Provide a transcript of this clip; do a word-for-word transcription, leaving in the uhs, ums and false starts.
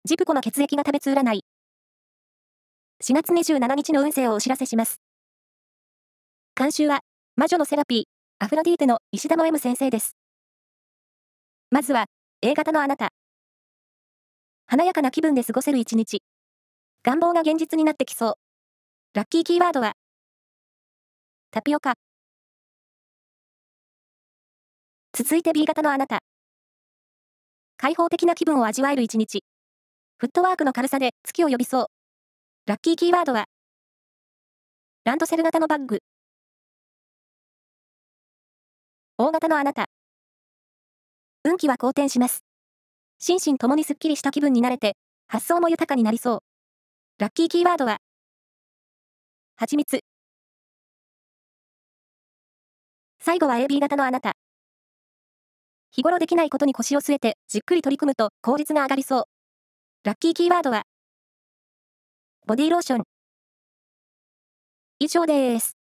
ジプコの血液が食べつ占い。しがつにじゅうしちにちの運勢をお知らせします。監修は、魔女のセラピー、アフロディーテの石田の M 先生です。まずは、A 型のあなた。華やかな気分で過ごせる一日。願望が現実になってきそう。ラッキーキーワードは、タピオカ。続いて B 型のあなた。開放的な気分を味わえる一日。フットワークの軽さで月を呼びそう。ラッキーキーワードは、ランドセル型のバッグ。O 型のあなた。運気は好転します。心身ともにすっきりした気分になれて、発想も豊かになりそう。ラッキーキーワードは、蜂蜜。最後は エービー 型のあなた。日頃できないことに腰を据えてじっくり取り組むと効率が上がりそう。ラッキーキーワードは、ボディローション。以上です。